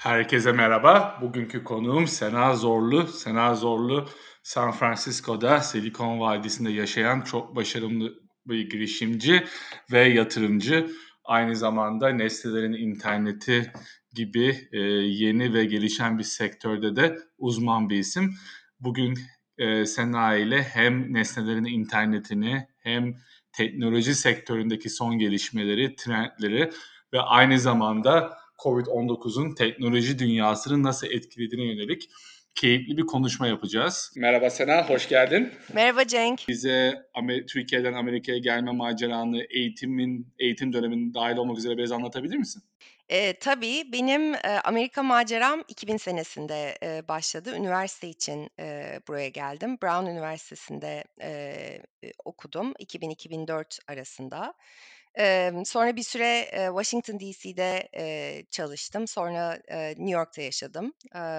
Herkese merhaba. Bugünkü konuğum Sena Zorlu. Sena Zorlu, San Francisco'da Silikon Vadisi'nde yaşayan çok başarılı bir girişimci ve yatırımcı. Aynı zamanda nesnelerin interneti gibi yeni ve gelişen bir sektörde de uzman bir isim. Bugün Sena ile hem nesnelerin internetini hem teknoloji sektöründeki son gelişmeleri, trendleri ve aynı zamanda COVID-19'un teknoloji dünyasını nasıl etkilediğine yönelik keyifli bir konuşma yapacağız. Merhaba Sena, hoş geldin. Merhaba Cenk. Bize Türkiye'den Amerika'ya gelme maceranı, eğitim döneminin dahil olmak üzere biraz anlatabilir misin? Tabii, benim, Amerika maceram 2000 senesinde, başladı. Üniversite için, buraya geldim. Brown Üniversitesi'nde, okudum 2000-2004 arasında. Sonra bir süre, Washington DC'de, çalıştım. Sonra, New York'ta yaşadım.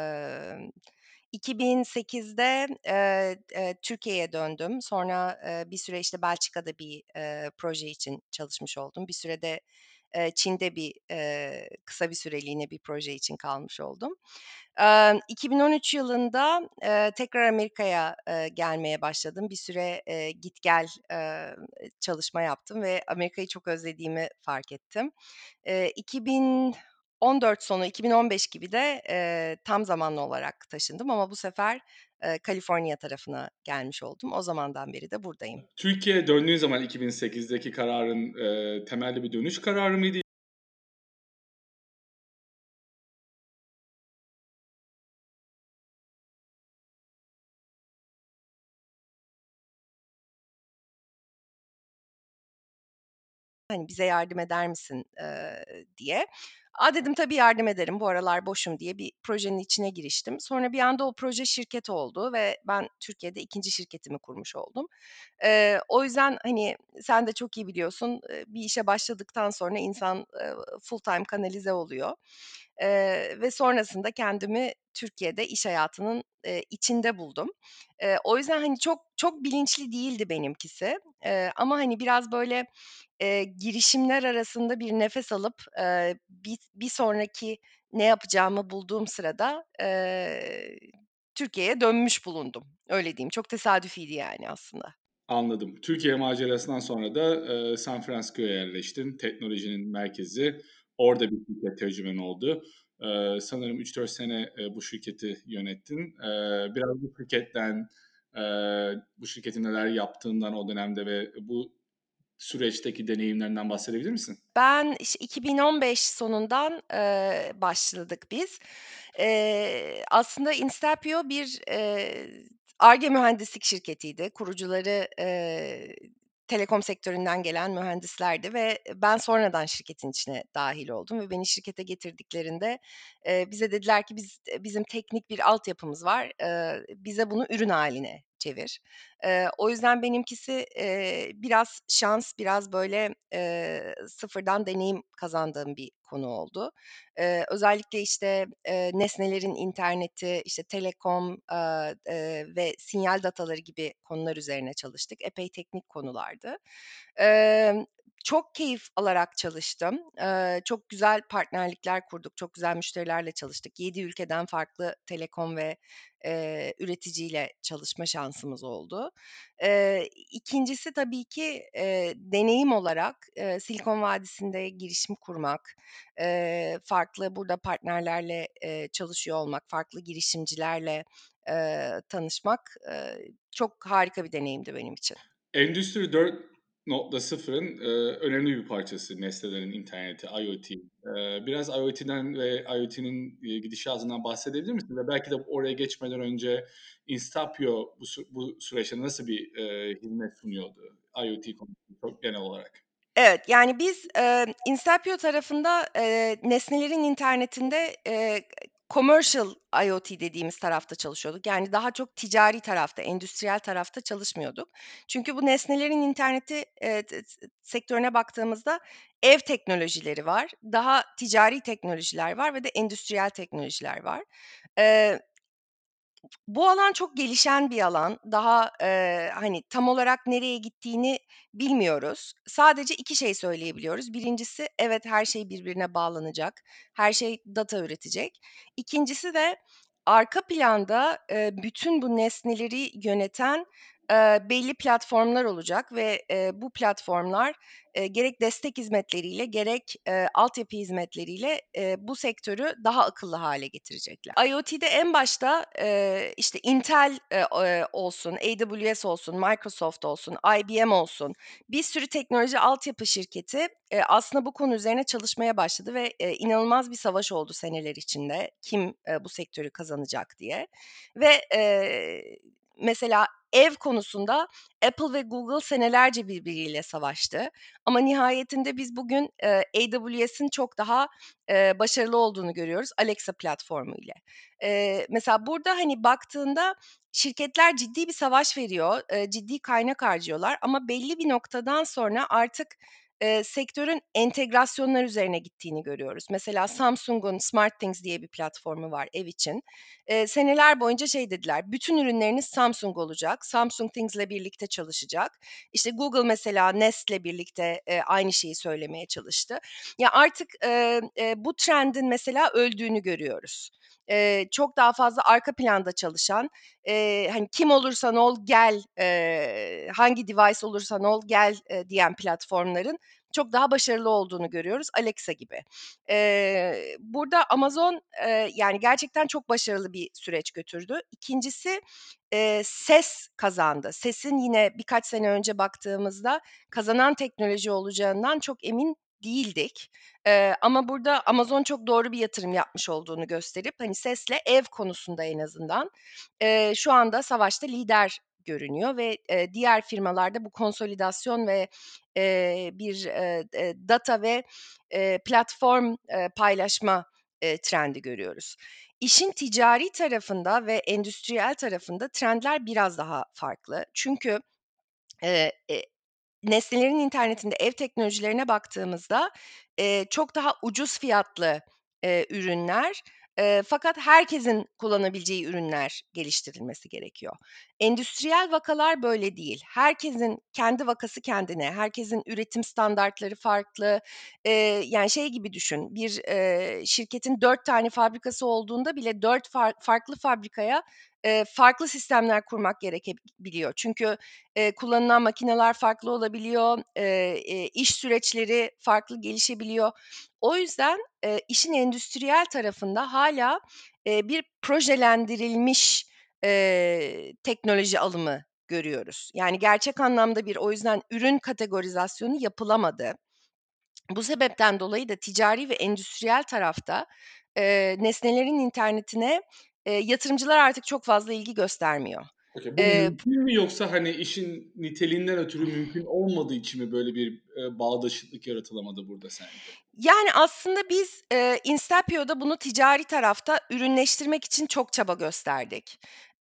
2008'de, Türkiye'ye döndüm. Sonra, bir süre, işte, Belçika'da bir, proje için çalışmış oldum. Bir süre de Çin'de bir, kısa bir süreliğine bir proje için kalmış oldum. 2013 yılında, tekrar Amerika'ya, gelmeye başladım. Bir süre, git gel, çalışma yaptım ve Amerika'yı çok özlediğimi fark ettim. 2014 sonu, 2015 gibi de, tam zamanlı olarak taşındım ama bu sefer, Kaliforniya tarafına gelmiş oldum. O zamandan beri de buradayım. Türkiye'ye döndüğün zaman 2008'deki kararın temelli bir dönüş kararı mıydı? Hani, "Bize yardım eder misin?" Diye. "A," dedim, "tabii yardım ederim, bu aralar boşum." diye bir projenin içine giriştim. Sonra bir anda o proje şirket oldu ve ben Türkiye'de ikinci şirketimi kurmuş oldum. O yüzden, hani, sen de çok iyi biliyorsun, bir işe başladıktan sonra insan, full time kanalize oluyor. Ve sonrasında kendimi Türkiye'de iş hayatının, içinde buldum. O yüzden, hani, çok çok bilinçli değildi benimkisi, ama, hani, biraz böyle, girişimler arasında bir nefes alıp, bir sonraki ne yapacağımı bulduğum sırada, Türkiye'ye dönmüş bulundum. Öyle diyeyim. Çok tesadüfiydi yani aslında. Anladım. Türkiye macerasından sonra da, San Francisco'ya yerleştin. Teknolojinin merkezi. Orada bir şirket tecrüben oldu. Sanırım 3-4 sene, bu şirketi yönettin. Biraz bu şirketin neler yaptığından o dönemde ve bu süreçteki deneyimlerinden bahsedebilir misin? Ben, işte, 2015 sonundan, başladık biz. Aslında Instapio bir, Ar-Ge mühendislik şirketiydi. Kurucuları, telekom sektöründen gelen mühendislerdi ve ben sonradan şirketin içine dâhil oldum ve beni şirkete getirdiklerinde, bize dediler ki bizim teknik bir altyapımız var, bize bunu ürün hâline çevir." O yüzden benimkisi, biraz şans, biraz böyle, sıfırdan deneyim kazandığım bir konu oldu. Özellikle, işte, nesnelerin interneti, işte, telekom, ve sinyal dataları gibi konular üzerine çalıştık. Epey teknik konulardı. Emm, Çok keyif alarak çalıştım. Çok güzel partnerlikler kurduk, çok güzel müşterilerle çalıştık. 7 ülkeden farklı telekom ve, üreticiyle çalışma şansımız oldu. 2'ncisi tabii ki, deneyim olarak, Silikon Vadisi'nde girişim kurmak, farklı burada partnerlerle, çalışıyor olmak, farklı girişimcilerle, tanışmak, çok harika bir deneyimdi benim için. Endüstri 4.0'ın, önemli bir parçası nesnelerin interneti, IoT. Biraz IoT'den ve IoT'nin, gidişatından bahsedebilir misin? Ve belki de oraya geçmeden önce Instapio bu süreçte nasıl bir, hizmet sunuyordu IoT konusunda çok genel olarak? Evet, yani biz, Instapio tarafında, nesnelerin internetinde, commercial IoT dediğimiz tarafta çalışıyorduk. Yani daha çok ticari tarafta, endüstriyel tarafta çalışmıyorduk. Çünkü bu nesnelerin interneti, sektörüne baktığımızda ev teknolojileri var, daha ticari teknolojiler var ve de endüstriyel teknolojiler var. Eee Bu alan çok gelişen bir alan. Daha, hani, tam olarak nereye gittiğini bilmiyoruz. Sadece 2 şey söyleyebiliyoruz. Birincisi, evet, her şey birbirine bağlanacak. Her şey data üretecek. İkincisi de arka planda, bütün bu nesneleri yöneten, belli platformlar olacak ve, bu platformlar, gerek destek hizmetleriyle gerek, altyapı hizmetleriyle, bu sektörü daha akıllı hâle getirecekler. IoT'de en başta, işte, Intel, olsun, AWS olsun, Microsoft olsun, IBM olsun, bir sürü teknoloji altyapı şirketi, aslında bu konu üzerine çalışmaya başladı ve, inanılmaz bir savaş oldu seneler içinde. Kim, bu sektörü kazanacak diye ve, mesela ev konusunda Apple ve Google senelerce birbiriyle savaştı ama nihayetinde biz bugün, AWS'in çok daha, başarılı olduğunu görüyoruz Alexa platformu ile. Mesela burada, hani, baktığında şirketler ciddi bir savaş veriyor, ciddi kaynak harcıyorlar ama belli bir noktadan sonra artık, sektörün entegrasyonlar üzerine gittiğini görüyoruz. Mesela Samsung'un SmartThings diye bir platformu var ev için. Seneler boyunca şey dediler, bütün ürünleriniz Samsung olacak, Samsung Things'le birlikte çalışacak. İşte Google mesela Nest'le birlikte, aynı şeyi söylemeye çalıştı. Ya, artık, bu trendin mesela öldüğünü görüyoruz. Çok daha fazla arka planda çalışan, hani, kim olursan ol gel, hangi device olursan ol gel, diyen platformların çok daha başarılı olduğunu görüyoruz, Alexa gibi. Burada Amazon, yani, gerçekten çok başarılı bir süreç götürdü. İkincisi, ses kazandı. Sesin yine birkaç sene önce baktığımızda kazanan teknoloji olacağından çok emin değildik. Ama burada Amazon çok doğru bir yatırım yapmış olduğunu gösterip, hani, sesle ev konusunda en azından, şu anda savaşta lider görünüyor ve, diğer firmalarda bu konsolidasyon ve, bir, data ve, platform, paylaşma, trendi görüyoruz. İşin ticari tarafında ve endüstriyel tarafında trendler biraz daha farklı. Çünkü, eee, nesnelerin internetinde ev teknolojilerine baktığımızda, çok daha ucuz fiyatlı, ürünler, fakat herkesin kullanabileceği ürünler geliştirilmesi gerekiyor. Endüstriyel vakalar böyle değil. Herkesin kendi vakası kendine, herkesin üretim standartları farklı. Yani, şey gibi düşün, bir, şirketin 4 tane fabrikası olduğunda bile 4 farklı fabrikaya, farklı sistemler kurmak gerekebiliyor. Çünkü, kullanılan makineler farklı olabiliyor, iş süreçleri farklı gelişebiliyor. O yüzden, işin endüstriyel tarafında hâlâ, bir projelendirilmiş, teknoloji alımı görüyoruz. Yani gerçek anlamda bir o yüzden ürün kategorizasyonu yapılamadı. Bu sebepten dolayı da ticari ve endüstriyel tarafta, nesnelerin internetine, yatırımcılar artık çok fazla ilgi göstermiyor. Okay, bu Eee mümkün mü yoksa, hani, işin niteliğinden ötürü mümkün olmadığı için mi böyle bir, bağdaşıklık yaratılamadı burada sence? Yani, aslında biz, Instapio'da bunu ticari tarafta ürünleştirmek için çok çaba gösterdik.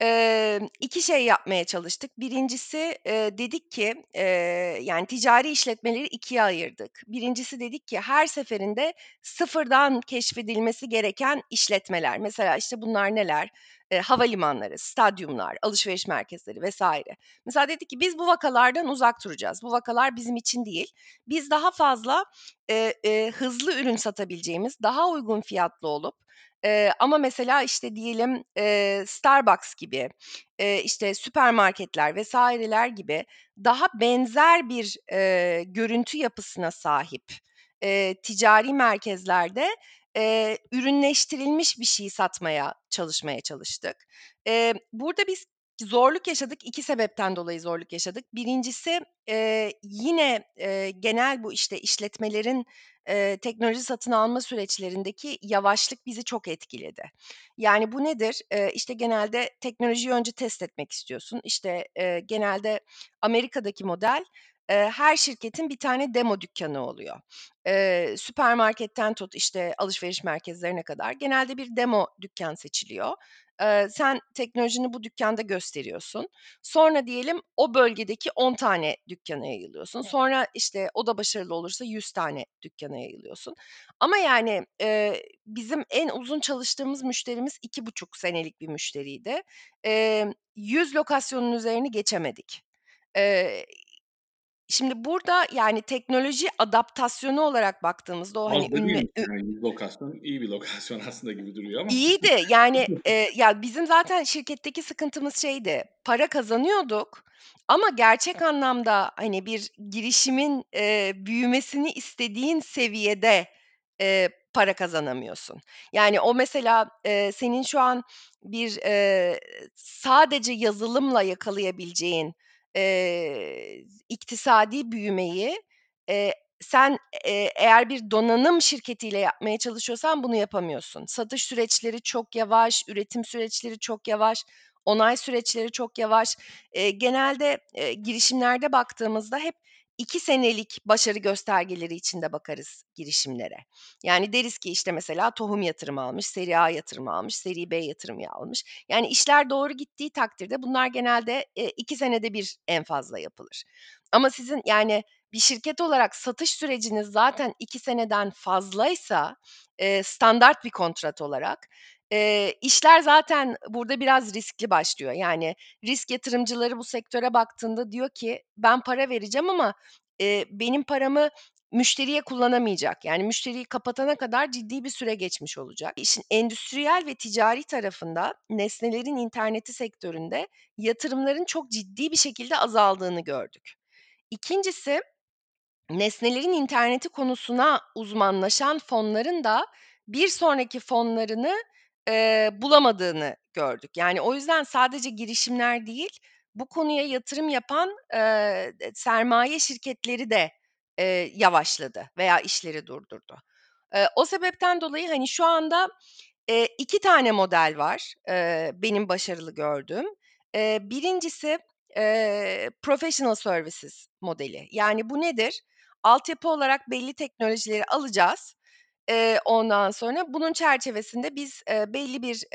2 şey yapmaya çalıştık. Birincisi, dedik ki, yani, ticari işletmeleri ikiye ayırdık. Birincisi dedik ki her seferinde sıfırdan keşfedilmesi gereken işletmeler. Mesela, işte, bunlar neler? Havalimanları, stadyumlar, alışveriş merkezleri vs. Mesela dedik ki biz bu vakalardan uzak duracağız. Bu vakalar bizim için değil. Biz daha fazla hızlı ürün satabileceğimiz, daha uygun fiyatlı olup, ama mesela, işte, diyelim, Starbucks gibi, işte, süpermarketler vs.ler gibi daha benzer bir, görüntü yapısına sahip, ticari merkezlerde, ürünleştirilmiş bir şey satmaya çalışmaya çalıştık. Burada biz zorluk yaşadık. 2 sebepten dolayı zorluk yaşadık. Birincisi, yine, genel bu, işte, işletmelerin, teknoloji satın alma süreçlerindeki yavaşlık bizi çok etkiledi. Yani, bu nedir? İşte, genelde teknolojiyi önce test etmek istiyorsun. İşte, genelde Amerika'daki model, her şirketin bir tane demo dükkânı oluyor. Süpermarketten tut, işte, alışveriş merkezlerine kadar genelde bir demo dükkân seçiliyor. sen teknolojini bu dükkânda gösteriyorsun. Sonra diyelim o bölgedeki 10 tane dükkâna yayılıyorsun. Sonra, işte, o da başarılı olursa 100 tane dükkâna yayılıyorsun. Ama yani, bizim en uzun çalıştığımız müşterimiz 2,5 senelik bir müşteriydi. 100 lokasyonun üzerini geçemedik. Eee, Şimdi burada, yani, teknoloji adaptasyonu olarak baktığımızda o, hani, Az da değilmiş yani 100 lokasyon iyi bir lokasyon aslında gibi duruyor ama. İyiydi. Yani, ya, bizim zaten şirketteki sıkıntımız şeydi, para kazanıyorduk ama gerçek anlamda, hani, bir girişimin, büyümesini istediğin seviyede, para kazanamıyorsun. Yani, o mesela, senin şu an bir, sadece yazılımla yakalayabileceğin, iktisadi büyümeyi, eee, sen, eğer bir donanım şirketiyle yapmaya çalışıyorsan bunu yapamıyorsun. Satış süreçleri çok yavaş, üretim süreçleri çok yavaş, onay süreçleri çok yavaş. Genelde, girişimlerde baktığımızda hep 2 senelik başarı göstergeleri içinde bakarız girişimlere. Yani deriz ki, işte, mesela tohum yatırımı almış, seri A yatırımı almış, seri B yatırımı almış. Yani işler doğru gittiği takdirde bunlar genelde, 2 senede bir en fazla yapılır. Ama sizin, yani, bir şirket olarak satış süreciniz zaten 2 seneden fazlaysa, standart bir kontrat olarak, işler zaten burada biraz riskli başlıyor. Yani risk yatırımcıları bu sektöre baktığında diyor ki, "Ben para vereceğim ama, benim paramı müşteriye kullanamayacak." Yani müşteriyi kapatana kadar ciddi bir süre geçmiş olacak. İşin endüstriyel ve ticari tarafında nesnelerin interneti sektöründe yatırımların çok ciddi bir şekilde azaldığını gördük. İkincisi, nesnelerin interneti konusuna uzmanlaşan fonların da bir sonraki fonlarını, bulamadığını gördük. Yani, o yüzden sadece girişimler değil, bu konuya yatırım yapan, sermaye şirketleri de, yavaşladı veya işleri durdurdu. O sebepten dolayı, hani, şu anda, 2 tane model var, benim başarılı gördüğüm. 1'incisi, professional services modeli. Yani bu nedir? Altyapı olarak belli teknolojileri alacağız. Ondan sonra bunun çerçevesinde biz, belli bir,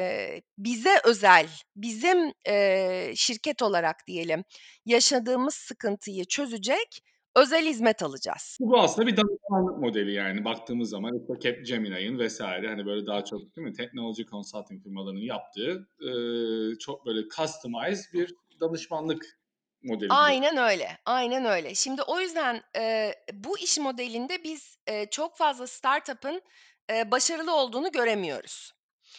bize özel, bizim, şirket olarak diyelim, yaşadığımız sıkıntıyı çözecek özel hizmet alacağız. Bu aslında bir danışmanlık modeli yani baktığımız zaman işte Capgemini'nin vs. hani böyle daha çok değil mi teknoloji consulting firmalarının yaptığı, çok böyle customized bir danışmanlık modeli diyor. Aynen öyle, aynen öyle. Şimdi o yüzden, bu iş modelinde biz, çok fazla startup'ın, başarılı olduğunu göremiyoruz.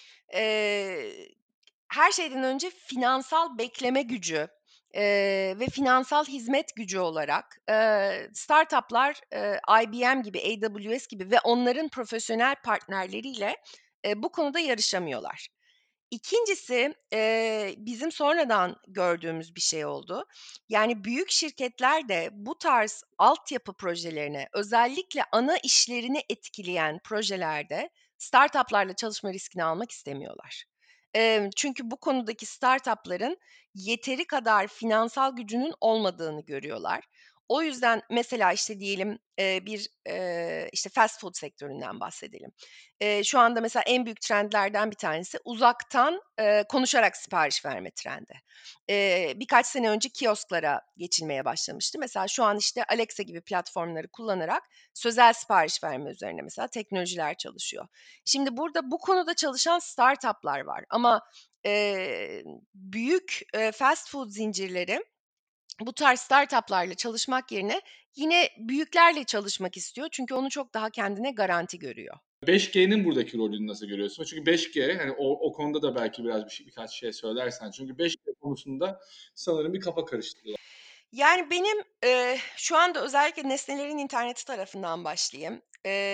Eee, Her şeyden önce finansal bekleme gücü, ve finansal hizmet gücü olarak, startup'lar, IBM gibi, AWS gibi ve onların profesyonel partnerleriyle, bu konuda yarışamıyorlar. İkincisi, bizim sonradan gördüğümüz bir şey oldu. Yani büyük şirketler de bu tarz altyapı projelerine, özellikle ana işlerini etkileyen projelerde startup'larla çalışma riskini almak istemiyorlar. Çünkü bu konudaki startup'ların yeteri kadar finansal gücünün olmadığını görüyorlar. O yüzden mesela, işte, diyelim, bir, işte, fast food sektöründen bahsedelim. Şu anda mesela en büyük trendlerden bir tanesi uzaktan, konuşarak sipariş verme trendi. Birkaç sene önce kiosklara geçilmeye başlamıştı. Mesela şu an, işte, Alexa gibi platformları kullanarak sözel sipariş verme üzerine mesela teknolojiler çalışıyor. Şimdi burada bu konuda çalışan startup'lar var ama, büyük, fast food zincirleri bu tarz startup'larla çalışmak yerine yine büyüklerle çalışmak istiyor. Çünkü onu çok daha kendine garanti görüyor. 5G'nin buradaki rolünü nasıl görüyorsun? Çünkü 5G hani o konuda da belki birkaç şey söylersen. Çünkü 5G konusunda sanırım bir kafa karışıklığı var. Yani, benim, şu anda özellikle nesnelerin interneti tarafından başlayayım.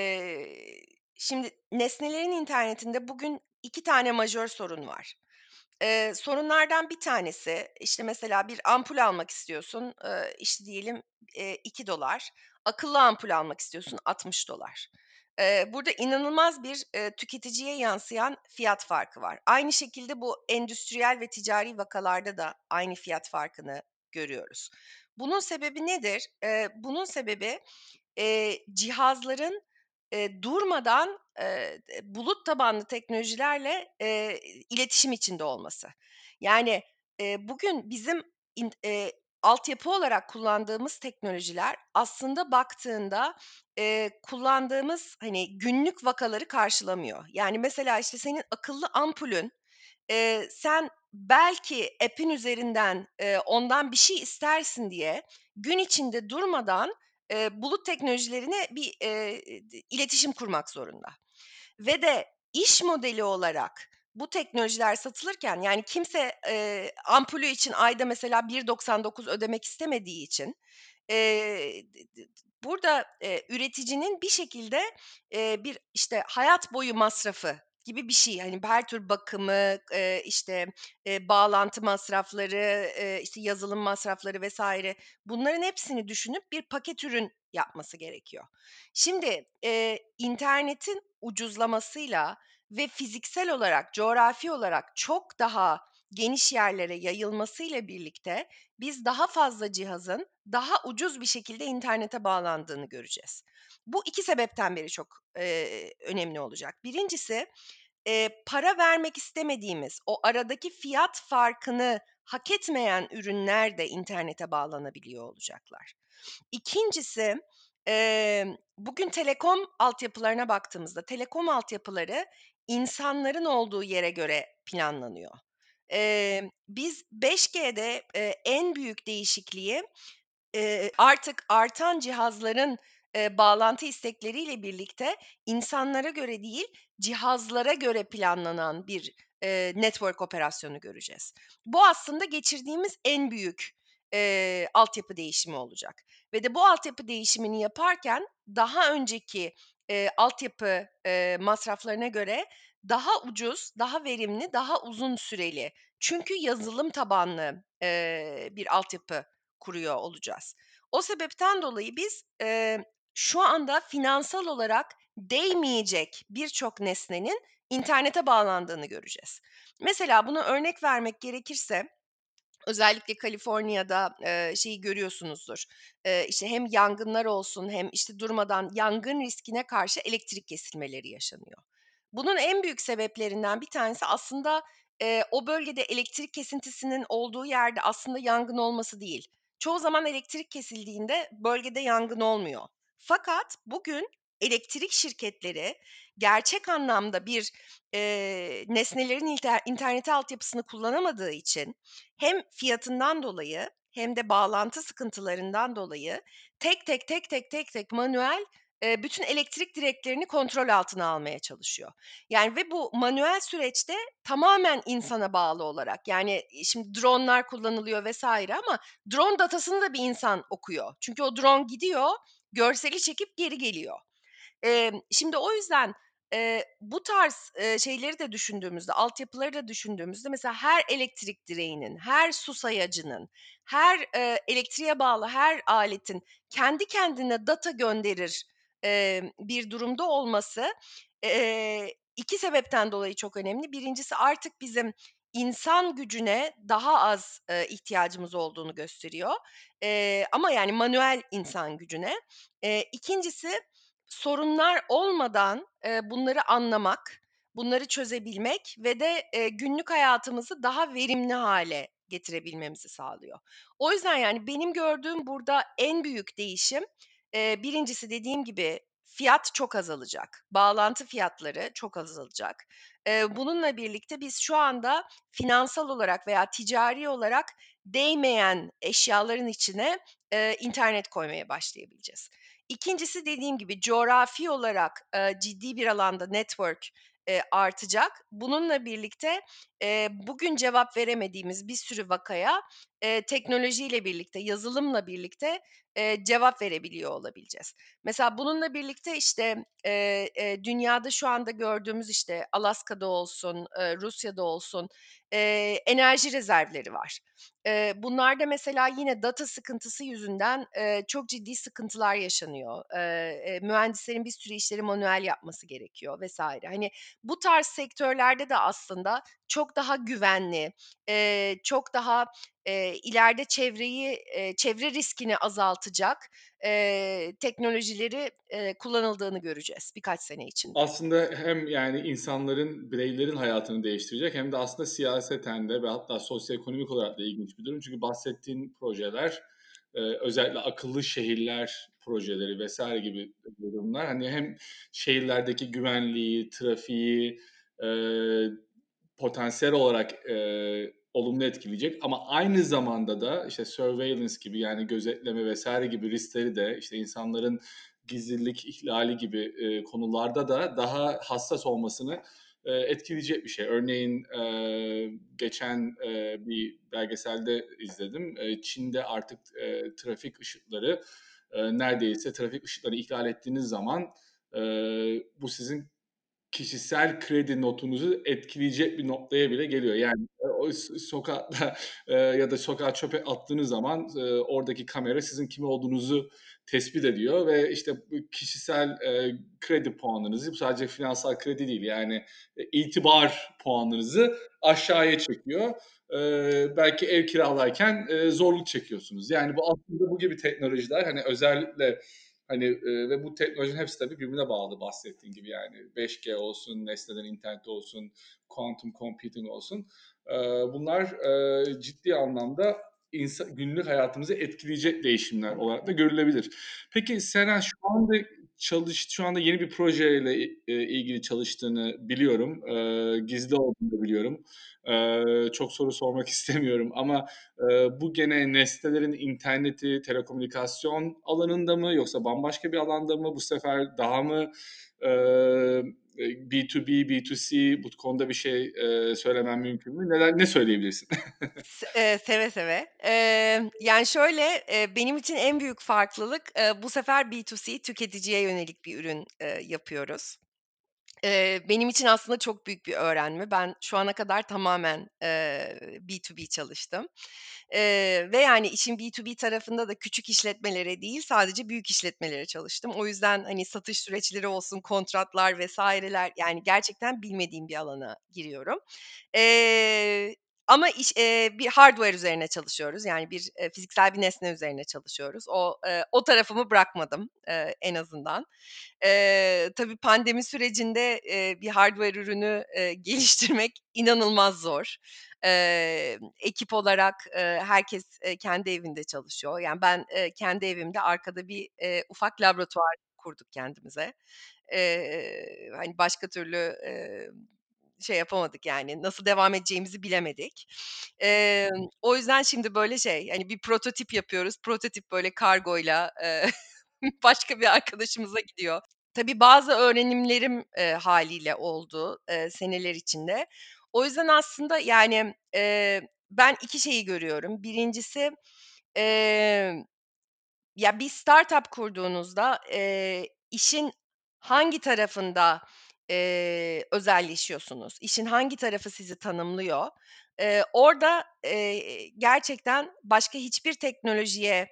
Şimdi nesnelerin internetinde bugün 2 tane majör sorun var. Sorunlardan bir tanesi, işte, mesela bir ampul almak istiyorsun, işte, diyelim, $2. Akıllı ampul almak istiyorsun, $60. Burada inanılmaz bir, tüketiciye yansıyan fiyat farkı var. Aynı şekilde bu endüstriyel ve ticari vakalarda da aynı fiyat farkını görüyoruz. Bunun sebebi nedir? Bunun sebebi, cihazların durmadan, bulut tabanlı teknolojilerle, iletişim içinde olması. Yani, bugün bizim altyapı olarak kullandığımız teknolojiler aslında baktığında, kullandığımız, hani, günlük vakaları karşılamıyor. Yani, mesela, işte, senin akıllı ampulün, sen belki app'in üzerinden, ondan bir şey istersin diye gün içinde durmadan, bulut teknolojilerine bir, iletişim kurmak zorunda. Ve de iş modeli olarak bu teknolojiler satılırken, yani, kimse, ampulü için ayda mesela 1,99 ödemek istemediği için, d d burada, üreticinin bir şekilde, bir, işte, hayat boyu masrafı gibi bir şey, hani, her tür bakımı, işte, bağlantı masrafları, işte, yazılım masrafları vesaire bunların hepsini düşünüp bir paket ürün yapması gerekiyor. Şimdi, internetin ucuzlamasıyla ve fiziksel olarak, coğrafi olarak çok daha geniş yerlere yayılmasıyla birlikte biz daha fazla cihazın daha ucuz bir şekilde internete bağlandığını göreceğiz. Bu 2 sebepten beri çok, önemli olacak. Birincisi, para vermek istemediğimiz, o aradaki fiyat farkını hak etmeyen ürünler de internete bağlanabiliyor olacaklar. İkincisi, bugün telekom altyapılarına baktığımızda telekom altyapıları insanların olduğu yere göre planlanıyor. Biz 5G'de, en büyük değişikliği artık artan cihazların, bağlantı istekleriyle birlikte insanlara göre değil, cihazlara göre planlanan bir, network operasyonu göreceğiz. Bu aslında geçirdiğimiz en büyük, altyapı değişimi olacak ve de bu altyapı değişimini yaparken daha önceki, altyapı, masraflarına göre daha ucuz, daha verimli, daha uzun süreli çünkü yazılım tabanlı, bir altyapı kuruyor olacağız. O sebepten dolayı biz, şu anda finansal olarak değmeyecek birçok nesnenin internete bağlandığını göreceğiz. Mesela buna örnek vermek gerekirse özellikle Kaliforniya'da, şeyi görüyorsunuzdur. İşte, hem yangınlar olsun hem, işte, durmadan yangın riskine karşı elektrik kesilmeleri yaşanıyor. Bunun en büyük sebeplerinden bir tanesi aslında, o bölgede elektrik kesintisinin olduğu yerde aslında yangın olması değil. Çoğu zaman elektrik kesildiğinde bölgede yangın olmuyor. Fakat bugün elektrik şirketleri gerçek anlamda bir, nesnelerin internete altyapısını kullanamadığı için hem fiyatından dolayı hem de bağlantı sıkıntılarından dolayı tek tek manuel, bütün elektrik direklerini kontrol altına almaya çalışıyor. Yani ve bu manuel süreçte tamamen insana bağlı olarak, yani, şimdi dronlar kullanılıyor vesaire ama drone datasını da bir insan okuyor. Çünkü o drone gidiyor, görseli çekip geri geliyor. Şimdi o yüzden, bu tarz, şeyleri de düşündüğümüzde, altyapıları da düşündüğümüzde mesela her elektrik direğinin, her su sayacının, her, elektriğe bağlı her aletin kendi kendine data gönderir, bir durumda olması, 2 sebepten dolayı çok önemli. Birincisi artık bizim insan gücüne daha az, ihtiyacımız olduğunu gösteriyor, ama yani manuel insan gücüne. 2'ncisi sorunlar olmadan, bunları anlamak, bunları çözebilmek ve de, günlük hayatımızı daha verimli hâle getirebilmemizi sağlıyor. O yüzden, yani, benim gördüğüm burada en büyük değişim, 1'incisi dediğim gibi fiyat çok azalacak. Bağlantı fiyatları çok azalacak. Bununla birlikte biz şu anda finansal olarak veya ticari olarak değmeyen eşyaların içine, internet koymaya başlayabileceğiz. İkincisi dediğim gibi coğrafi olarak, ciddi bir alanda network, artacak. Bununla birlikte, bugün cevap veremediğimiz bir sürü vakaya, teknolojiyle birlikte, yazılımla birlikte, cevap verebiliyor olabileceğiz. Mesela bununla birlikte, işte, dünyada şu anda gördüğümüz, işte, Alaska'da olsun, Rusya'da olsun, enerji rezervleri var. Bunlarda mesela yine data sıkıntısı yüzünden, çok ciddi sıkıntılar yaşanıyor. Mühendislerin bir sürü işleri manuel yapması gerekiyor vesaire. Hani, bu tarz sektörlerde de aslında çok daha güvenli, çok daha, ileride çevre riskini azaltacak, teknolojileri, kullanıldığını göreceğiz birkaç sene içinde. Aslında hem, yani, insanların, bireylerin hayatını değiştirecek hem de aslında siyaseten de ve hatta sosyoekonomik olarak da ilginç bir durum. Çünkü bahsettiğin projeler, özellikle akıllı şehirler projeleri vesaire gibi durumlar, hani, hem şehirlerdeki güvenliği, trafiği, eee, potansiyel olarak, olumlu etkileyecek ama aynı zamanda da, işte, surveillance gibi, yani, gözetleme vesaire gibi riskleri de, işte, insanların gizlilik ihlali gibi, konularda da daha hassas olmasını, etkileyecek bir şey. Örneğin, geçen, bir belgeselde izledim. Çin'de artık, trafik ışıkları, neredeyse trafik ışıkları ihlal ettiğiniz zaman, bu sizin kişisel kredi notunuzu etkileyecek bir noktaya bile geliyor. Yani, o sokakta, ya da sokağa çöpe attığınız zaman, oradaki kamera sizin kim olduğunuzu tespit ediyor ve, işte, bu kişisel, kredi puanınızı, bu sadece finansal kredi değil, yani, itibar puanınızı aşağıya çekiyor. Belki ev kiralarken, zorluk çekiyorsunuz. Yani, bu aslında bu gibi teknolojiler, hani, özellikle hani, ve bu teknolojinin hepsi tabii birbirine bağlı bahsettiğin gibi yani 5G olsun, nesnelerin interneti olsun, quantum computing olsun. Bunlar, ciddi anlamda günlük hayatımızı etkileyecek değişimler olarak da görülebilir. Peki Seren şu anda yeni bir projeyle, ilgili çalıştığını biliyorum. Gizli olduğunu da biliyorum. Çok soru sormak istemiyorum ama bu gene nesnelerin interneti, telekomünikasyon alanında mı yoksa bambaşka bir alanda mı? Bu sefer daha mı B2B, B2C bu konuda bir şey söylemen mümkün mü? Ne söyleyebilirsin? Seve seve. Yani, şöyle, benim için en büyük farklılık, bu sefer B2C tüketiciye yönelik bir ürün, yapıyoruz. Benim için aslında çok büyük bir öğrenme. Ben şu ana kadar tamamen, B2B çalıştım. Ve yani işin B2B tarafında da küçük işletmelere değil, sadece büyük işletmelere çalıştım. O yüzden, hani, satış süreçleri olsun, kontratlar vesaireler yani gerçekten bilmediğim bir alana giriyorum. Eee, ama bir hardware üzerine çalışıyoruz. Yani bir, fiziksel bir nesne üzerine çalışıyoruz. O tarafımı bırakmadım, en azından. Tabii pandemi sürecinde, bir hardware ürünü, geliştirmek inanılmaz zor. Ekip olarak, herkes, kendi evinde çalışıyor. Yani ben, kendi evimde arkada bir, ufak laboratuvar kurduk kendimize. Hani, başka türlü, şey yapamadık yani, nasıl devam edeceğimizi bilemedik. O yüzden şimdi böyle şey, hani, bir prototip yapıyoruz. Prototip böyle kargoyla, başka bir arkadaşımıza gidiyor. Tabii bazı öğrenimlerim, hâliyle oldu, seneler içinde. O yüzden aslında, yani, ben 2 şeyi görüyorum. Birincisi, emm ya, bir startup kurduğunuzda, işin hangi tarafında, özelleşiyorsunuz? İşin hangi tarafı sizi tanımlıyor? Orada, gerçekten başka hiçbir teknolojiye,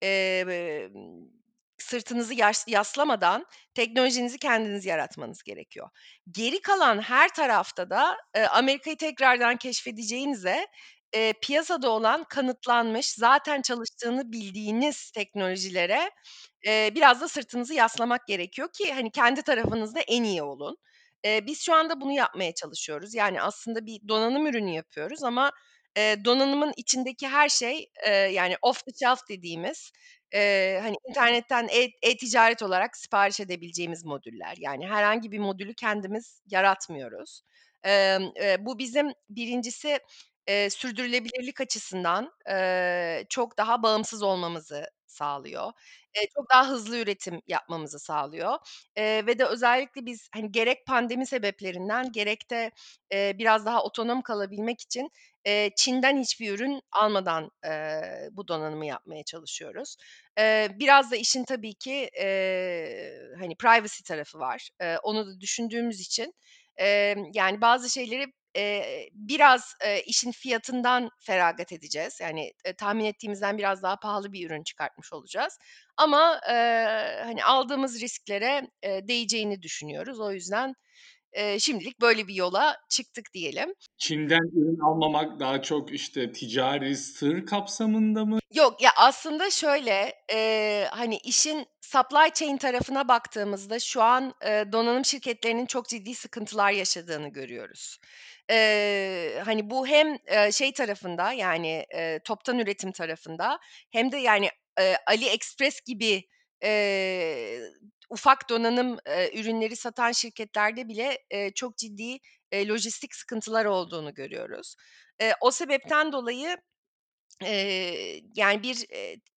emm, sırtınızı yaslamadan teknolojinizi kendiniz yaratmanız gerekiyor. Geri kalan her tarafta da, Amerika'yı tekrardan keşfedeceğinize, piyasada olan kanıtlanmış, zaten çalıştığını bildiğiniz teknolojilere, biraz da sırtınızı yaslamak gerekiyor ki, hani, kendi tarafınızda en iyi olun. Biz şu anda bunu yapmaya çalışıyoruz. Yani, aslında bir donanım ürünü yapıyoruz ama, donanımın içindeki her şey, yani, off the shelf dediğimiz, hani, internetten e-ticaret olarak sipariş edebileceğimiz modüller. Yani, herhangi bir modülü kendimiz yaratmıyoruz. Bu bizim birincisi sürdürülebilirlik açısından, çok daha bağımsız olmamızı sağlıyor. Çok daha hızlı üretim yapmamızı sağlıyor, ve de özellikle biz, hani, gerek pandemi sebeplerinden gerek de, biraz daha otonom kalabilmek için, Çin'den hiçbir ürün almadan, bu donanımı yapmaya çalışıyoruz. Biraz da işin tabii ki, hani, privacy tarafı var. Onu da düşündüğümüz için, yani, bazı şeyleri biraz, işin fiyatından feragat edeceğiz. Yani, tahmin ettiğimizden biraz daha pahalı bir ürün çıkartmış olacağız ama, hani, aldığımız risklere, değeceğini düşünüyoruz. O yüzden, Şimdilik böyle bir yola çıktık diyelim. Çin'den ürün almamak daha çok, işte, ticari sır kapsamında mı? Yok, ya, aslında şöyle, hani, işin supply chain tarafına baktığımızda şu an, donanım şirketlerinin çok ciddi sıkıntılar yaşadığını görüyoruz. Hani, bu hem, şey tarafında, yani, toptan üretim tarafında hem de, yani, AliExpress gibi, eee, ufak donanım, ürünleri satan şirketlerde bile, çok ciddi, lojistik sıkıntılar olduğunu görüyoruz. O sebepten dolayı yani, bir,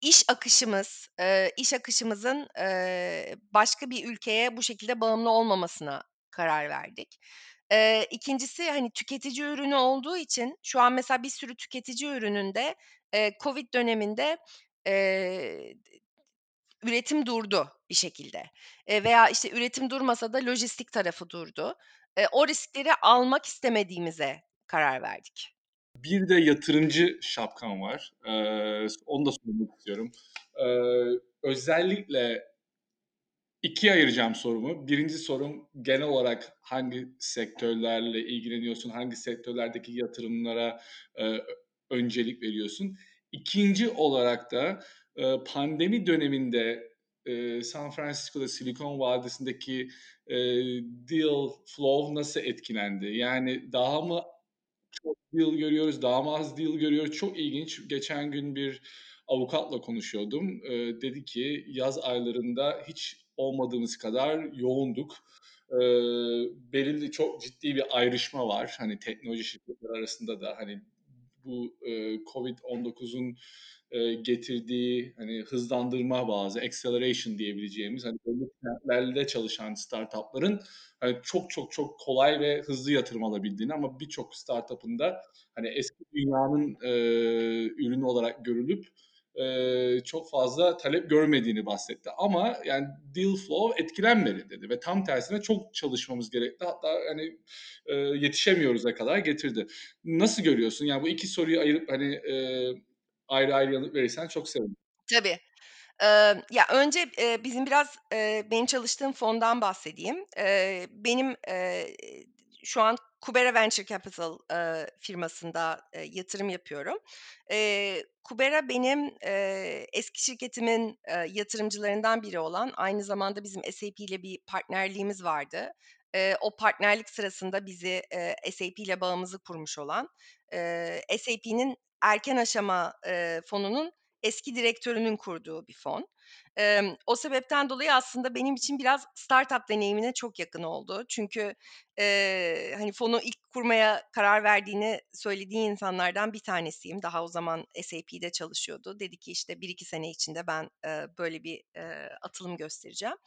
iş akışımızın, başka bir ülkeye bu şekilde bağımlı olmamasına karar verdik. 2'ncisi, hani, tüketici ürünü olduğu için şu an mesela bir sürü tüketici ürününde, COVID döneminde, eee, üretim durdu bir şekilde, veya, işte, üretim durmasa da lojistik tarafı durdu. O riskleri almak istemediğimize karar verdik. Bir de yatırımcı şapkan var. Onu da sormak istiyorum. Özellikle 2'ye ayıracağım sorumu. Birinci sorum genel olarak hangi sektörlerle ilgileniyorsun? Hangi sektörlerdeki yatırımlara, öncelik veriyorsun? İkinci olarak da, pandemi döneminde, San Francisco'da Silikon Vadisi'ndeki, deal flow nasıl etkilendi? Yani daha mı çok deal görüyoruz, daha mı az deal görüyoruz? Çok ilginç. Geçen gün bir avukatla konuşuyordum. Dedi ki yaz aylarında hiç olmadığımız kadar yoğunduk. Belirli çok ciddi bir ayrışma var. Hani teknoloji şirketleri arasında da hani bu COVID-19'un getirdiği hani hızlandırma bazı acceleration diyebileceğimiz hani belli trendlerle çalışan startupların hani çok çok çok kolay ve hızlı yatırım alabildiğini ama birçok startup'ın da hani eski dünyanın ürünü olarak görülüp çok fazla talep görmediğini bahsetti. Ama yani deal flow etkilenmedi dedi ve tam tersine çok çalışmamız gerekti. Hatta hani yetişemiyoruz'a kadar getirdi. Nasıl görüyorsun? Yani bu iki soruyu ayırıp hani ayrı ayrı yanıt verirsen çok sevinirim. Tabii. Ya, önce, bizim biraz, benim çalıştığım fondan bahsedeyim. Benim, şu an Kubera Venture Capital, firmasında, yatırım yapıyorum. Kubera benim, eski şirketimin, yatırımcılarından biri olan, aynı zamanda bizim SAP ile bir partnerliğimiz vardı. O partnerlik sırasında bizi, SAP ile bağımızı kurmuş olan, SAP'nin erken aşama, fonunun eski direktörünün kurduğu bir fon. O sebepten dolayı aslında benim için biraz startup deneyimine çok yakın oldu. Çünkü, hani, fonu ilk kurmaya karar verdiğini söylediği insanlardan bir tanesiyim. Daha o zaman SAP'de çalışıyordu. Dedi ki, işte, 1-2 sene içinde ben, böyle bir, atılım göstereceğim.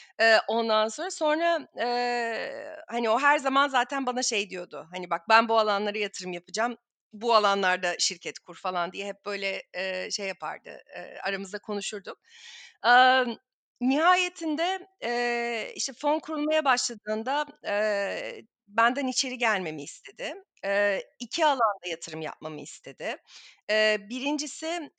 Sonra, hani, o her zaman zaten bana şey diyordu, hani, "Bak, ben bu alanlara yatırım yapacağım, bu alanlarda şirket kur." falan diye hep böyle, şey yapardı, aramızda konuşurduk. Emm, Nihayetinde, işte, fon kurulmaya başladığında, benden içeri gelmemi istedi. 2 alanda yatırım yapmamı istedi. 1'incisi,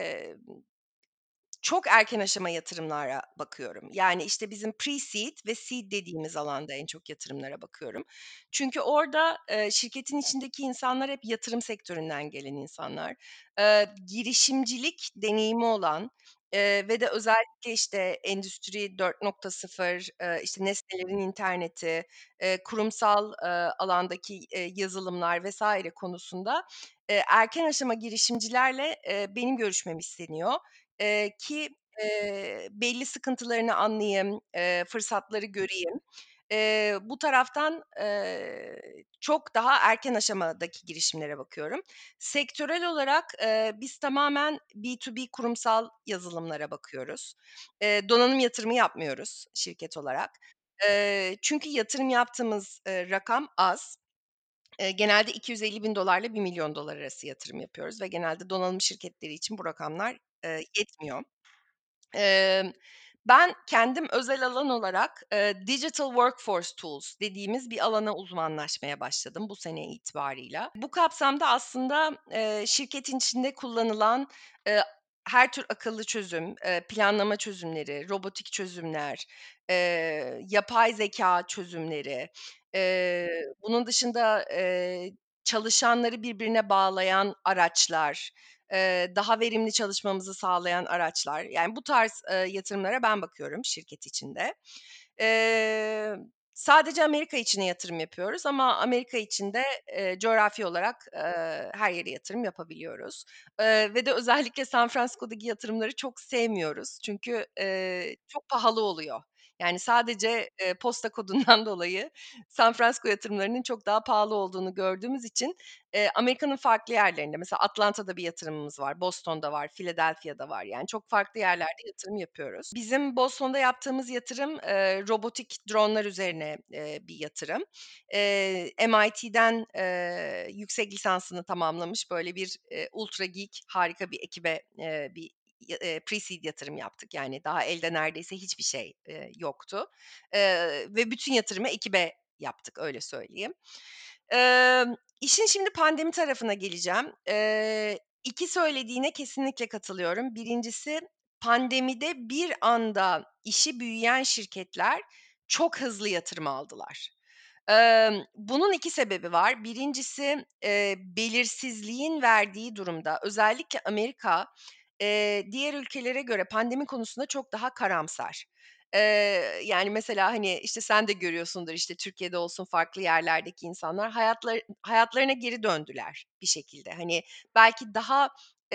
çok erken aşama yatırımlara bakıyorum. Yani, işte, bizim pre-seed ve seed dediğimiz alanda en çok yatırımlara bakıyorum. Çünkü orada, şirketin içindeki insanlar hep yatırım sektöründen gelen insanlar. Girişimcilik deneyimi olan, ve de özellikle, işte, Endüstri 4.0, işte, nesnelerin interneti, kurumsal, alandaki, yazılımlar vs. konusunda, erken aşama girişimcilerle, benim görüşmem isteniyor. Ki, belli sıkıntılarını anlayayım, fırsatları göreyim. Bu taraftan, çok daha erken aşamadaki girişimlere bakıyorum. Sektörel olarak, biz tamamen B2B kurumsal yazılımlara bakıyoruz. Donanım yatırımı yapmıyoruz şirket olarak. Çünkü yatırım yaptığımız, rakam az. Genelde $250.000'la $1.000.000 arası yatırım yapıyoruz ve genelde donanım şirketleri için bu rakamlar, yetmiyor. Emm, Ben kendim özel alan olarak, Digital Workforce Tools dediğimiz bir alana uzmanlaşmaya başladım bu sene itibarıyla. Bu kapsamda aslında, şirketin içinde kullanılan, eee, her tür akıllı çözüm, planlama çözümleri, robotik çözümler, yapay zekâ çözümleri, Bunun dışında, çalışanları birbirine bağlayan araçlar, daha verimli çalışmamızı sağlayan araçlar, yani bu tarz, yatırımlara ben bakıyorum şirket içinde. Eee, Sadece Amerika içine yatırım yapıyoruz ama Amerika içinde, coğrafi olarak, her yere yatırım yapabiliyoruz. Ve de özellikle San Francisco'daki yatırımları çok sevmiyoruz. Çünkü, çok pahalı oluyor. Yani sadece, posta kodundan dolayı San Francisco yatırımlarının çok daha pahalı olduğunu gördüğümüz için, Amerika'nın farklı yerlerinde, mesela Atlanta'da bir yatırımımız var, Boston'da var, Philadelphia'da var. Yani çok farklı yerlerde yatırım yapıyoruz. Bizim Boston'da yaptığımız yatırım, robotik dronlar üzerine, bir yatırım. MIT'den, yüksek lisansını tamamlamış böyle bir, ultra geek harika bir ekibe, bir pre-seed yatırım yaptık. Yani daha elde neredeyse hiçbir şey, yoktu, ve bütün yatırımı ekibe yaptık, öyle söyleyeyim. İşin şimdi pandemi tarafına geleceğim. 2 söylediğine kesinlikle katılıyorum. Birincisi, pandemide bir anda işi büyüyen şirketler çok hızlı yatırım aldılar. Bunun 2 sebebi var. Birincisi, belirsizliğin verdiği durumda özellikle Amerika, diğer ülkelere göre pandemi konusunda çok daha karamsar. Yani, mesela, hani, işte, sen de görüyorsundur, işte, Türkiye'de olsun, farklı yerlerdeki insanlar hayatlarına geri döndüler bir şekilde. Hani, belki daha,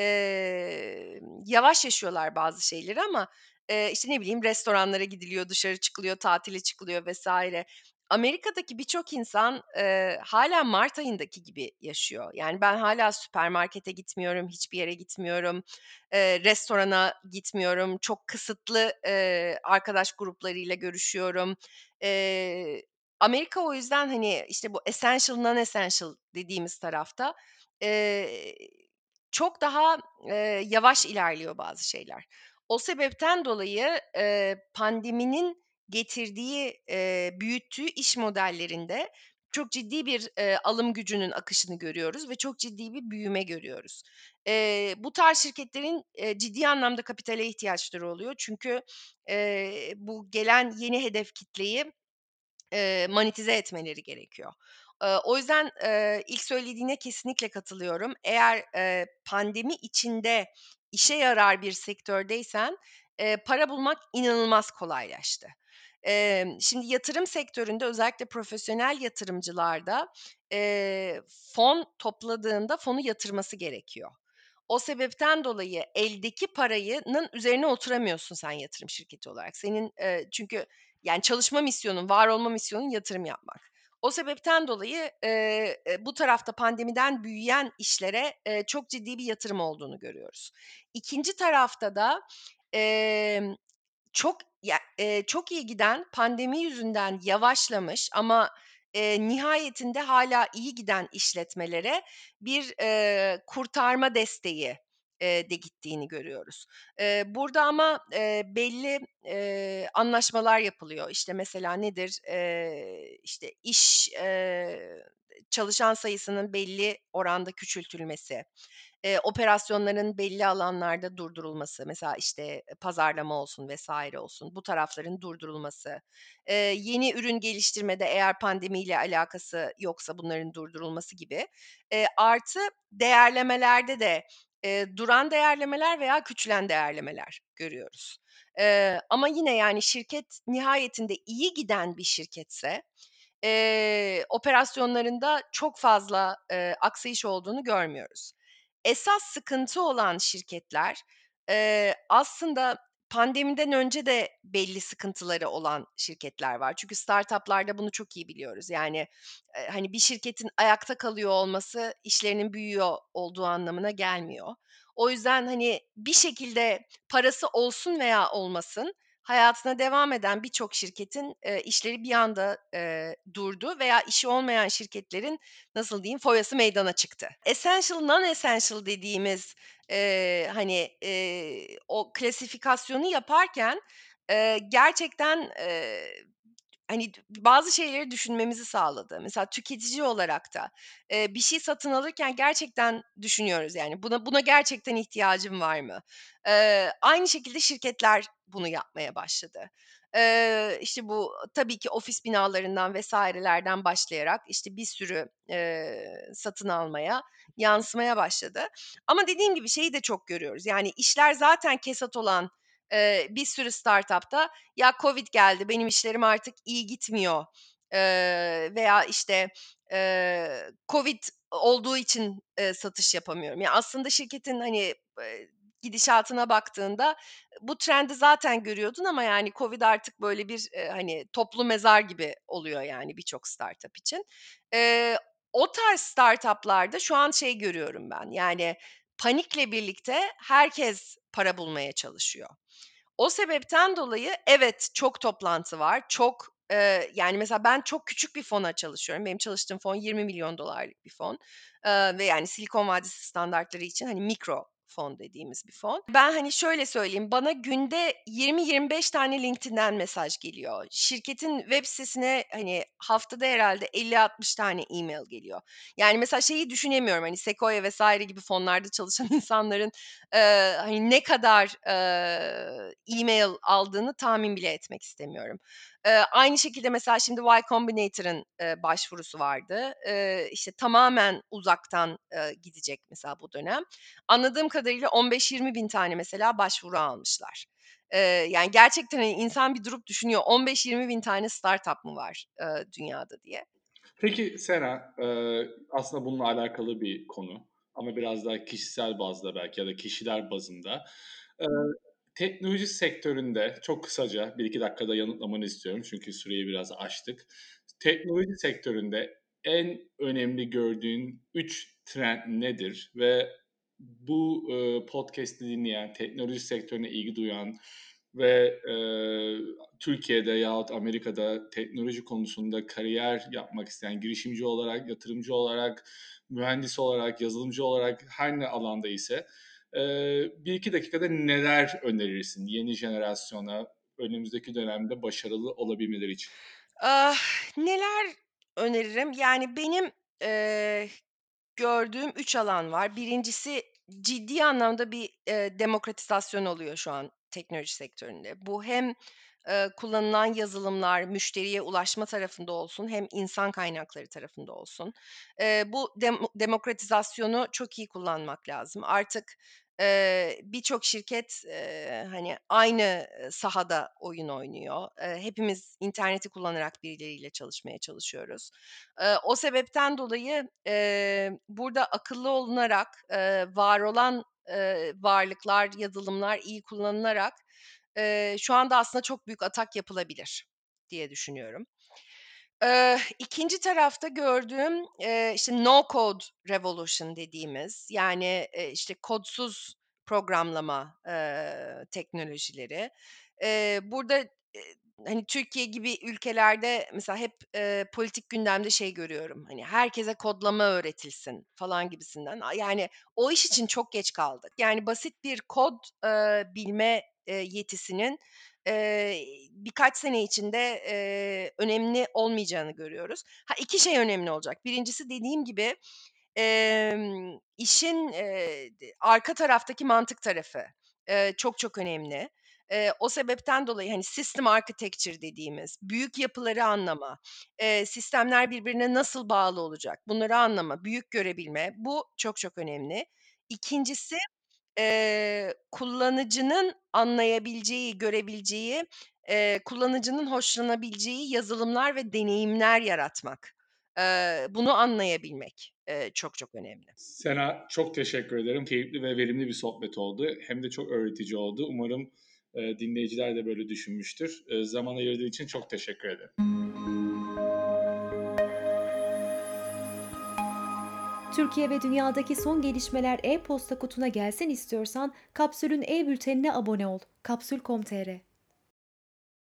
yavaş yaşıyorlar bazı şeyleri ama, işte, ne bileyim, restoranlara gidiliyor, dışarı çıkılıyor, tatile çıkılıyor vs. Amerika'daki birçok insan, hâlâ mart ayındaki gibi yaşıyor. Yani, ben hâlâ süpermarkete gitmiyorum, hiçbir yere gitmiyorum, restorana gitmiyorum, çok kısıtlı, arkadaş gruplarıyla görüşüyorum. Eee, Amerika o yüzden, hani, işte, bu essential, non-essential dediğimiz tarafta, eee, çok daha, yavaş ilerliyor bazı şeyler. O sebepten dolayı, pandeminin getirdiği, büyüttüğü iş modellerinde çok ciddi bir, alım gücünün akışını görüyoruz ve çok ciddi bir büyüme görüyoruz. Bu tarz şirketlerin, ciddi anlamda kapitale ihtiyaçları oluyor. Çünkü, bu gelen yeni hedef kitleyi monetize etmeleri gerekiyor. O yüzden, ilk söylediğine kesinlikle katılıyorum. Eğer, pandemi içinde işe yarar bir sektördeysen, para bulmak inanılmaz kolaylaştı. Şimdi yatırım sektöründe özellikle profesyonel yatırımcılarda, fon topladığında fonu yatırması gerekiyor. O sebepten dolayı eldeki parayının üzerine oturamıyorsun sen yatırım şirketi olarak. Senin, çünkü yani çalışma misyonun, var olma misyonun yatırım yapmak. O sebepten dolayı, bu tarafta pandemiden büyüyen işlere, çok ciddi bir yatırım olduğunu görüyoruz. İkinci tarafta da, emm, çok iyi giden, pandemi yüzünden yavaşlamış ama, nihayetinde hâlâ iyi giden işletmelere bir, kurtarma desteği, de gittiğini görüyoruz. Burada ama, belli, anlaşmalar yapılıyor. İşte, mesela nedir? İşte, çalışan sayısının belli oranda küçültülmesi, operasyonların belli alanlarda durdurulması, mesela, işte, pazarlama olsun vesaire olsun, bu tarafların durdurulması, yeni ürün geliştirmede eğer pandemiyle alakası yoksa bunların durdurulması gibi, artı değerlemelerde de, duran değerlemeler veya küçülen değerlemeler görüyoruz. Ama yine, yani, şirket nihayetinde iyi giden bir şirketse, operasyonlarında çok fazla, aksayış olduğunu görmüyoruz. Esas sıkıntı olan şirketler, aslında pandemiden önce de belli sıkıntıları olan şirketler var. Çünkü startup'larda bunu çok iyi biliyoruz. Yani, hani, bir şirketin ayakta kalıyor olması işlerinin büyüyor olduğu anlamına gelmiyor. O yüzden, hani, bir şekilde parası olsun veya olmasın hayatına devam eden birçok şirketin, işleri bir anda, durdu veya işi olmayan şirketlerin, nasıl diyeyim, foyası meydana çıktı. Essential, non-essential dediğimiz, hani, o klasifikasyonu yaparken, gerçekten, hani, bazı şeyleri düşünmemizi sağladı. Mesela tüketici olarak da, bir şey satın alırken gerçekten düşünüyoruz, yani, buna gerçekten ihtiyacım var mı? Aynı şekilde şirketler bunu yapmaya başladı. İşte, bu tabii ki ofis binalarından vs.lerden başlayarak, işte, bir sürü, satın almaya yansımaya başladı. Ama dediğim gibi şeyi de çok görüyoruz, yani, işler zaten kesat olan, bir sürü startup'ta, "Ya, covid geldi, benim işlerim artık iyi gitmiyor." Veya, işte, "Covid olduğu için, satış yapamıyorum." Ya, aslında şirketin, hani, gidişatına baktığında bu trendi zaten görüyordun ama, yani, COVID artık böyle bir, hani, toplu mezar gibi oluyor, yani, birçok startup için. Eee, O tarz startup'larda şu an şey görüyorum ben, yani, panikle birlikte herkes para bulmaya çalışıyor. O sebepten dolayı evet, çok toplantı var. Çok, yani, mesela ben çok küçük bir fona çalışıyorum. Benim çalıştığım fon $20 milyon bir fon, ve, yani, Silikon Vadisi standartları için, hani, mikro fon dediğimiz bir fon. Ben, hani, şöyle söyleyeyim, bana günde 20-25 tane LinkedIn'den mesaj geliyor. Şirketin web sitesine, hani, haftada herhâlde 50-60 tane e-mail geliyor. Yani, mesela şeyi düşünemiyorum, hani, Sequoia vs. gibi fonlarda çalışan insanların hani, ne kadar, e-mail aldığını tahmin bile etmek istemiyorum. Aynı şekilde mesela şimdi Y Combinator'ın, başvurusu vardı. İşte, tamamen uzaktan, gidecek mesela bu dönem. Anladığım kadarıyla 15-20 bin tane mesela başvuru almışlar. Yani, gerçekten, hani, insan bir durup düşünüyor, 15-20 bin tane startup mı var, dünyada diye. Peki Sena, aslında bununla alakalı bir konu ama biraz daha kişisel bazda belki ya da kişiler bazında. Eee, Teknoloji sektöründe çok kısaca 1-2 dakikada yanıtlamanı istiyorum çünkü süreyi biraz aştık. Teknoloji sektöründe en önemli gördüğün 3 trend nedir ve bu, podcast'i dinleyen, teknoloji sektörüne ilgi duyan ve, Türkiye'de yahut Amerika'da teknoloji konusunda kariyer yapmak isteyen girişimci olarak, yatırımcı olarak, mühendis olarak, yazılımcı olarak her ne alanda ise 1-2 dakikada neler önerirsin yeni jenerasyona önümüzdeki dönemde başarılı olabilmeleri için? Ah, neler öneririm? Yani benim, eee, gördüğüm 3 alan var. Birincisi ciddi anlamda bir, demokratizasyon oluyor şu an teknoloji sektöründe. Bu hem, kullanılan yazılımlar müşteriye ulaşma tarafında olsun hem insan kaynakları tarafında olsun. Bu demokratizasyonu çok iyi kullanmak lazım. Artık, birçok şirket, hani, aynı, sahada oyun oynuyor. Hepimiz interneti kullanarak birileriyle çalışmaya çalışıyoruz. O sebepten dolayı, burada akıllı olunarak, var olan, varlıklar, yazılımlar iyi kullanılarak, şu anda aslında çok büyük atak yapılabilir diye düşünüyorum. 2'nci tarafta gördüğüm, işte, no code revolution dediğimiz, yani, işte, kodsuz programlama, teknolojileri. Burada, hani, Türkiye gibi ülkelerde mesela hep, politik gündemde şey görüyorum, hani, herkese kodlama öğretilsin falan gibisinden. Yani, o iş için çok geç kaldık. Yani, basit bir kod, bilme, yetisinin, birkaç sene içinde, önemli olmayacağını görüyoruz. 2 şey önemli olacak. Birincisi dediğim gibi, işin, arka taraftaki mantık tarafı, çok çok önemli. O sebepten dolayı, hani, system architecture dediğimiz, büyük yapıları anlama, sistemler birbirine nasıl bağlı olacak, bunları anlama, büyük görebilme, bu çok çok önemli. 2'ncisi kullanıcının anlayabileceği, görebileceği, kullanıcının hoşlanabileceği yazılımlar ve deneyimler yaratmak. Bunu anlayabilmek, çok çok önemli. Sena, çok teşekkür ederim. Keyifli ve verimli bir sohbet oldu. Hem de çok öğretici oldu. Umarım, dinleyiciler de böyle düşünmüştür. Zaman ayırdığın için çok teşekkür ederim. Türkiye ve dünyadaki son gelişmeler e-posta kutuna gelsin istiyorsan Kapsül'ün e-bültenine abone ol. Kapsül.com.tr